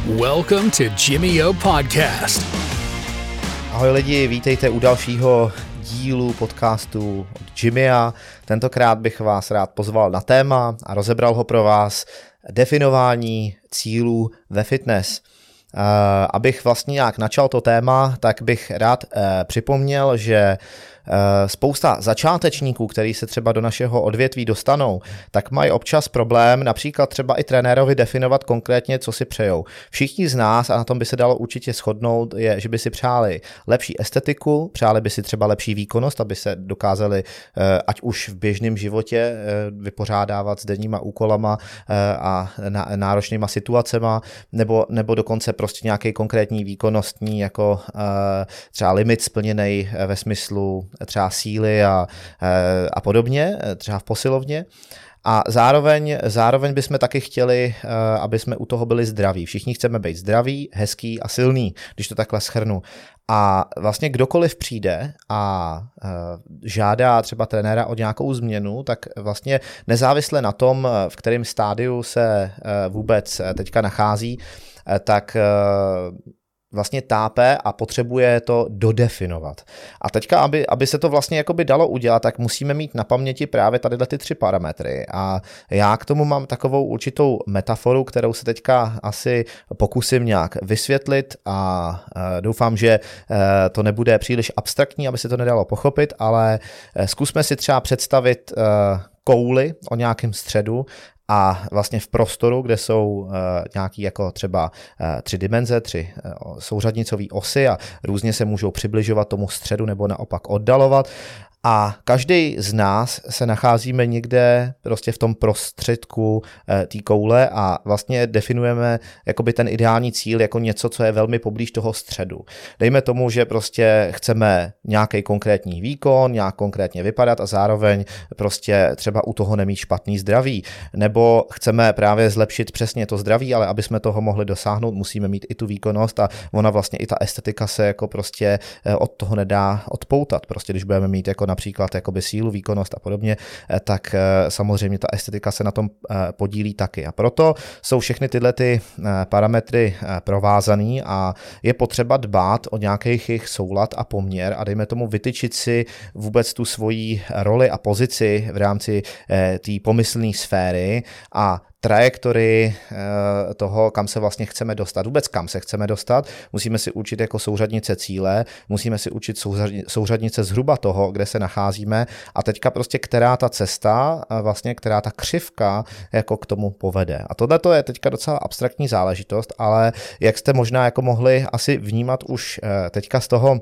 Welcome to Jimmy O Podcast. Ahoj lidi, vítejte u dalšího dílu podcastu od Jimmya. Tentokrát bych vás rád pozval na téma a rozebral ho pro vás: definování cílů ve fitness. Abych vlastně nějak načal to téma, tak bych rád připomněl, že spousta začátečníků, kteří se třeba do našeho odvětví dostanou, tak mají občas problém například třeba i trenérovi definovat konkrétně, co si přejou. Všichni z nás, a na tom by se dalo určitě shodnout, je, že by si přáli lepší estetiku, přáli by si třeba lepší výkonnost, aby se dokázali ať už v běžném životě vypořádávat s denníma úkolama a náročnýma situacema, nebo dokonce prostě nějaký konkrétní výkonnostní jako třeba limit splněný ve smyslu třeba síly a podobně, třeba v posilovně. A zároveň bychom taky chtěli, aby jsme u toho byli zdraví. Všichni chceme být zdraví, hezký a silný, když to takhle shrnu. A vlastně kdokoliv přijde a žádá třeba trenéra o nějakou změnu, tak vlastně nezávisle na tom, v kterém stádiu se vůbec teďka nachází, tak vlastně tápe a potřebuje to dodefinovat. A teďka, aby se to vlastně jakoby dalo udělat, tak musíme mít na paměti právě tady ty 3 parametry. A já k tomu mám takovou určitou metaforu, kterou se teďka asi pokusím nějak vysvětlit a doufám, že to nebude příliš abstraktní, aby se to nedalo pochopit, ale zkusme si třeba představit kouli o nějakém středu a vlastně v prostoru, kde jsou nějaký jako třeba 3 dimenze, 3 souřadnicové osy a různě se můžou přibližovat tomu středu nebo naopak oddalovat. A každý z nás se nacházíme někde prostě v tom prostředku té koule a vlastně definujeme jakoby ten ideální cíl jako něco, co je velmi poblíž toho středu. Dejme tomu, že prostě chceme nějaký konkrétní výkon, nějak konkrétně vypadat a zároveň prostě třeba u toho nemít špatný zdraví. Nebo chceme právě zlepšit přesně to zdraví, ale aby jsme toho mohli dosáhnout, musíme mít i tu výkonnost a ona vlastně i ta estetika se jako prostě od toho nedá odpoutat. Prostě když budeme mít jako například jakoby sílu, výkonnost a podobně, tak samozřejmě ta estetika se na tom podílí taky. A proto jsou všechny tyhle ty parametry provázaný a je potřeba dbát o nějakých jejich soulad a poměr a dejme tomu vytyčit si vůbec tu svoji roli a pozici v rámci té pomyslné sféry a trajektorii toho, kam se vlastně chceme dostat. Vůbec kam se chceme dostat, musíme si určit jako souřadnice cíle, musíme si určit souřadnice zhruba toho, kde se nacházíme a teďka prostě která ta cesta, vlastně která ta křivka jako k tomu povede. A tohle to je teďka docela abstraktní záležitost, ale jak jste možná jako mohli asi vnímat už teďka z toho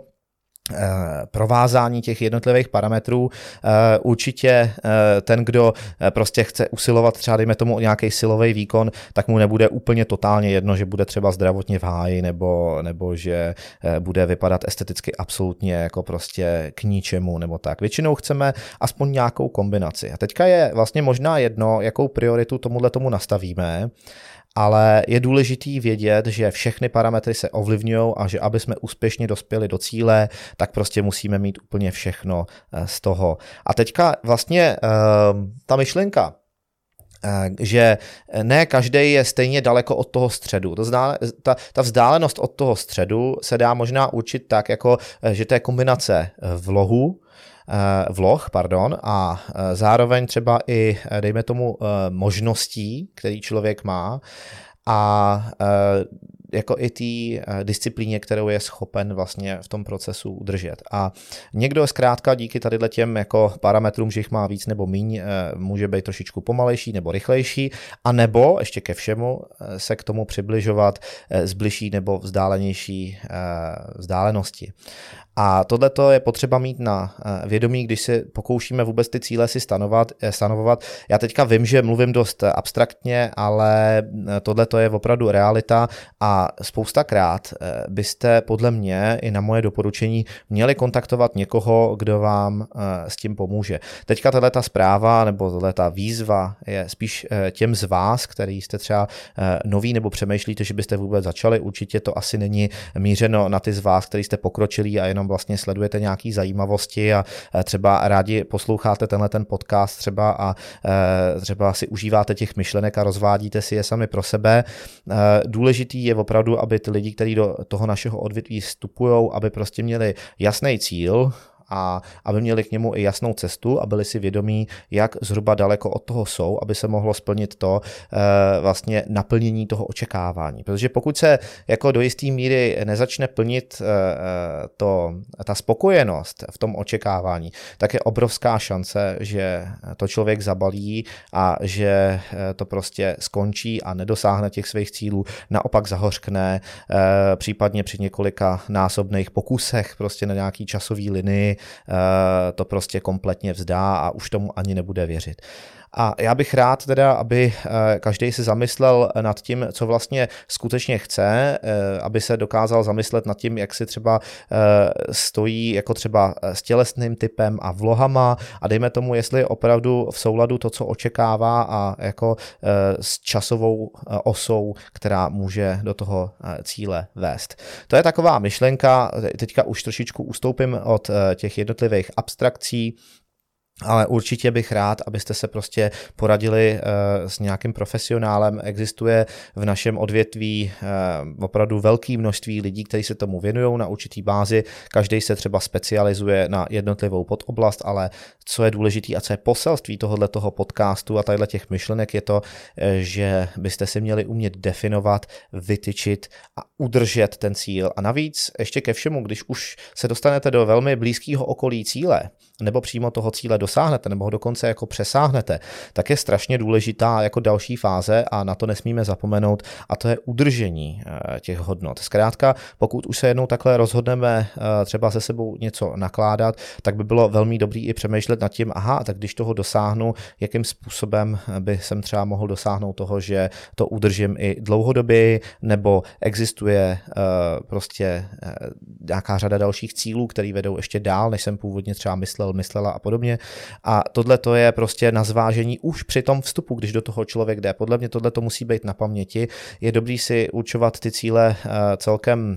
provázání těch jednotlivých parametrů, určitě ten, kdo prostě chce usilovat třeba dejme tomu o nějaký silový výkon, tak mu nebude úplně totálně jedno, že bude třeba zdravotně v háji nebo že bude vypadat esteticky absolutně jako prostě k ničemu nebo tak. Většinou chceme aspoň nějakou kombinaci. A teďka je vlastně možná jedno, jakou prioritu tomu nastavíme, ale je důležitý vědět, že všechny parametry se ovlivňují a že aby jsme úspěšně dospěli do cíle, tak prostě musíme mít úplně všechno z toho. A teďka vlastně ta myšlenka, že ne každý je stejně daleko od toho středu. Ta vzdálenost od toho středu se dá možná určit tak, jako, že to je kombinace vloh a zároveň třeba i, dejme tomu, možností, který člověk má a jako i té disciplíně, kterou je schopen vlastně v tom procesu udržet. A někdo zkrátka díky tady těm jako parametrům, že jich má víc nebo míň, může být trošičku pomalejší nebo rychlejší, a nebo ještě ke všemu se k tomu přibližovat z bližší nebo vzdálenější vzdálenosti. A tohleto je potřeba mít na vědomí, když se pokoušíme vůbec ty cíle si stanovovat. Já teďka vím, že mluvím dost abstraktně, ale tohleto je opravdu realita a spoustakrát byste podle mě i na moje doporučení měli kontaktovat někoho, kdo vám s tím pomůže. Teďka tato zpráva nebo tato výzva je spíš těm z vás, který jste třeba noví nebo přemýšlíte, že byste vůbec začali. Určitě to asi není mířeno na ty z vás, který jste pokročilí a jenom vlastně sledujete nějaký zajímavosti a třeba rádi posloucháte ten podcast třeba a třeba si užíváte těch myšlenek a rozvádíte si je sami pro sebe. Důležitý je opravdu, aby ty lidi, kteří do toho našeho odvětví vstupují, aby prostě měli jasný cíl, a aby měli k němu i jasnou cestu a byli si vědomí, jak zhruba daleko od toho jsou, aby se mohlo splnit to vlastně naplnění toho očekávání. Protože pokud se jako do jisté míry nezačne plnit ta spokojenost v tom očekávání, tak je obrovská šance, že to člověk zabalí a že to prostě skončí a nedosáhne těch svých cílů, naopak zahořkne, případně při několika násobných pokusech prostě na nějaký časový linii to prostě kompletně vzdá a už tomu ani nebude věřit. A já bych rád teda, aby každý si zamyslel nad tím, co vlastně skutečně chce, aby se dokázal zamyslet nad tím, jak si třeba stojí jako třeba s tělesným typem a vlohama a dejme tomu, jestli je opravdu v souladu to, co očekává a jako s časovou osou, která může do toho cíle vést. To je taková myšlenka, teďka už trošičku ustoupím od těch jednotlivých abstrakcí, ale určitě bych rád, abyste se prostě poradili s nějakým profesionálem. Existuje v našem odvětví opravdu velké množství lidí, kteří se tomu věnují na určitý bázi. Každý se třeba specializuje na jednotlivou podoblast, ale co je důležité a co je poselství tohoto podcastu a tadyhle těch myšlenek je to, že byste si měli umět definovat, vytyčit a udržet ten cíl. A navíc ještě ke všemu, když už se dostanete do velmi blízkého okolí cíle, nebo přímo toho cíle dosáhnete, nebo ho dokonce jako přesáhnete, tak je strašně důležitá jako další fáze a na to nesmíme zapomenout a to je udržení těch hodnot. Zkrátka, pokud už se jednou takhle rozhodneme třeba se sebou něco nakládat, tak by bylo velmi dobrý i přemýšlet nad tím, aha, tak když toho dosáhnu, jakým způsobem by jsem třeba mohl dosáhnout toho, že to udržím i dlouhodobě, nebo existuje prostě nějaká řada dalších cílů, které vedou ještě dál, než jsem původně třeba myslela a podobně. A tohle to je prostě na zvážení už při tom vstupu, když do toho člověk jde. Podle mě tohle to musí být na paměti. Je dobrý si určovat ty cíle celkem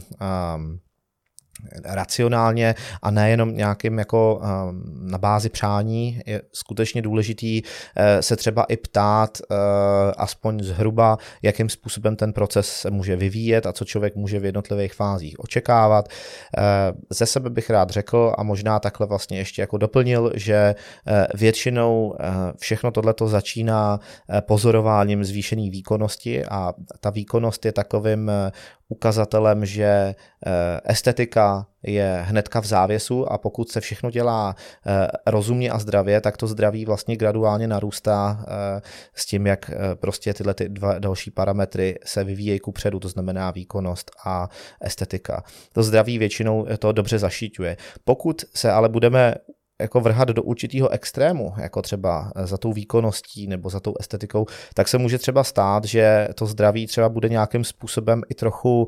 racionálně a nejenom nějakým jako na bázi přání. Je skutečně důležitý se třeba i ptát aspoň zhruba, jakým způsobem ten proces se může vyvíjet a co člověk může v jednotlivých fázích očekávat. Ze sebe bych rád řekl a možná takhle vlastně ještě jako doplnil, že většinou všechno tohleto začíná pozorováním zvýšené výkonnosti a ta výkonnost je takovým ukazatelem, že estetika je hnedka v závěsu a pokud se všechno dělá rozumně a zdravě, tak to zdraví vlastně graduálně narůstá s tím, jak prostě tyhle ty dva další parametry se vyvíjejí kupředu, to znamená výkonnost a estetika. To zdraví většinou to dobře zašiťuje. Pokud se ale budeme jako vrhat do určitého extrému, jako třeba za tou výkonností nebo za tou estetikou, tak se může třeba stát, že to zdraví třeba bude nějakým způsobem i trochu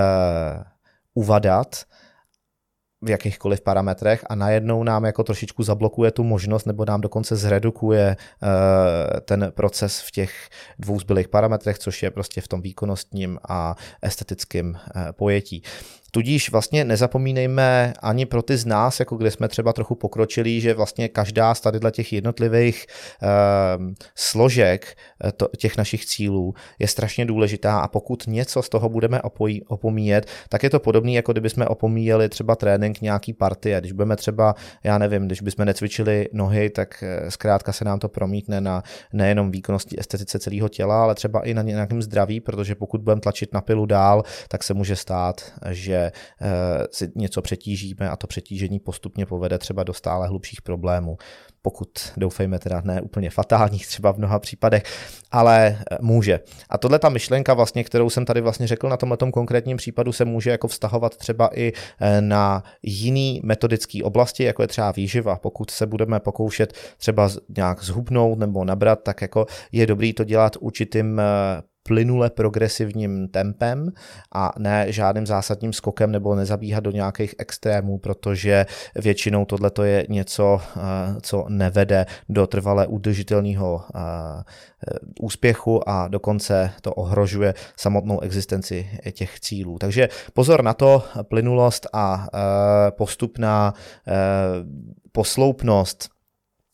uvadat v jakýchkoliv parametrech a najednou nám jako trošičku zablokuje tu možnost nebo nám dokonce zredukuje ten proces v těch dvou zbylých parametrech, což je prostě v tom výkonnostním a estetickém pojetí. Tudíž vlastně nezapomínejme ani pro ty z nás, jako kde jsme třeba trochu pokročili, že vlastně každá z tadyhle těch jednotlivých složek těch našich cílů je strašně důležitá a pokud něco z toho budeme opomíjet, tak je to podobné, jako kdybychom opomíjeli třeba trénink nějaký partie. Když budeme třeba, já nevím, když bychom necvičili nohy, tak zkrátka se nám to promítne na nejenom výkonnosti, estetice celého těla, ale třeba i na nějakém zdraví, protože pokud budeme tlačit na pilu dál, tak se může stát, že si něco přetížíme a to přetížení postupně povede třeba do stále hlubších problémů. Pokud doufejme teda ne úplně fatálních třeba v mnoha případech, ale může. A tohle ta myšlenka vlastně, kterou jsem tady vlastně řekl na tomhletom konkrétním případu, se může jako vztahovat třeba i na jiný metodický oblasti, jako je třeba výživa. Pokud se budeme pokoušet třeba nějak zhubnout nebo nabrat, tak jako je dobrý to dělat určitým plynule progresivním tempem a ne žádným zásadním skokem nebo nezabíhat do nějakých extrémů, protože většinou tohleto je něco, co nevede do trvale udržitelného úspěchu a dokonce to ohrožuje samotnou existenci těch cílů. Takže pozor na to, plynulost a postupná posloupnost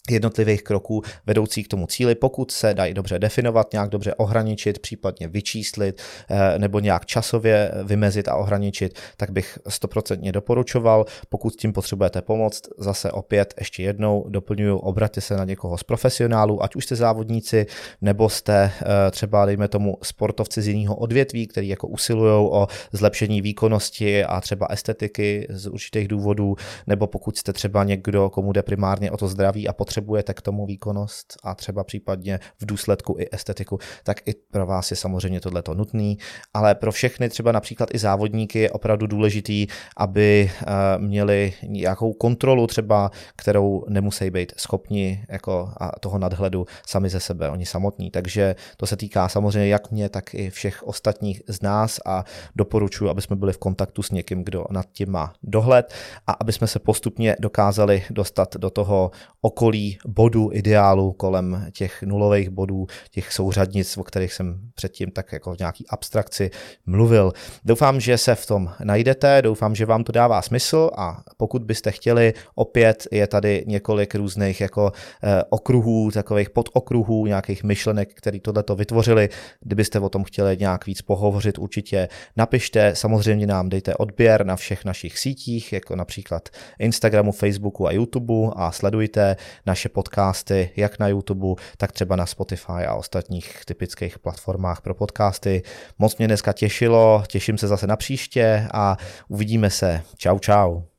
jednotlivých kroků vedoucích k tomu cíli, pokud se dají dobře definovat, nějak dobře ohraničit, případně vyčíslit nebo nějak časově vymezit a ohraničit, tak bych 100% doporučoval. Pokud s tím potřebujete pomoct, zase opět ještě jednou doplňuji, obraťte se na někoho z profesionálů, ať už jste závodníci, nebo jste třeba, dejme tomu, sportovci z jiného odvětví, který jako usilují o zlepšení výkonnosti a třeba estetiky z určitých důvodů, nebo pokud jste třeba někdo, komu jde primárně o to zdraví a potřebujete k tomu výkonnost a třeba případně v důsledku i estetiku, tak i pro vás je samozřejmě tohleto nutný, ale pro všechny třeba například i závodníky je opravdu důležitý, aby měli nějakou kontrolu třeba, kterou nemusí být schopni jako a toho nadhledu sami ze sebe, oni samotní. Takže to se týká samozřejmě jak mě, tak i všech ostatních z nás a doporučuji, aby jsme byli v kontaktu s někým, kdo nad tím má dohled a aby jsme se postupně dokázali dostat do toho okolí bodu ideálu kolem těch nulových bodů, těch souřadnic, o kterých jsem předtím tak jako v nějaký abstrakci mluvil. Doufám, že se v tom najdete, doufám, že vám to dává smysl a pokud byste chtěli, opět je tady několik různých jako okruhů, takových podokruhů, nějakých myšlenek, které tohleto vytvořili. Kdybyste o tom chtěli nějak víc pohovořit, určitě napište, samozřejmě nám dejte odběr na všech našich sítích, jako například Instagramu, Facebooku a YouTube a sledujte naše podcasty jak na YouTube, tak třeba na Spotify a ostatních typických platformách pro podcasty. Moc mě dneska těšilo, těším se zase na příště a uvidíme se. Čau, čau.